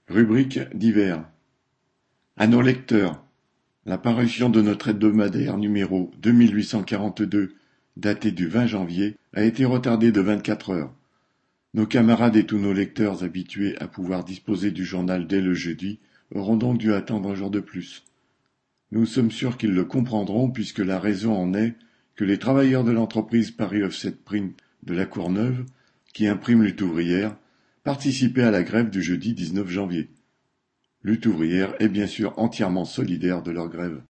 Rubrique divers. À nos lecteurs, la parution de notre hebdomadaire numéro 2842, daté du 20 janvier, a été retardée de 24 heures. Nos camarades et tous nos lecteurs habitués à pouvoir disposer du journal dès le jeudi auront donc dû attendre un jour de plus. Nous sommes sûrs qu'ils le comprendront puisque la raison en est que les travailleurs de l'entreprise Paris Offset Print de la Courneuve, qui imprime Lutte ouvrière, participaient à la grève du jeudi 19 janvier. Lutte ouvrière est bien sûr entièrement solidaire de leur grève.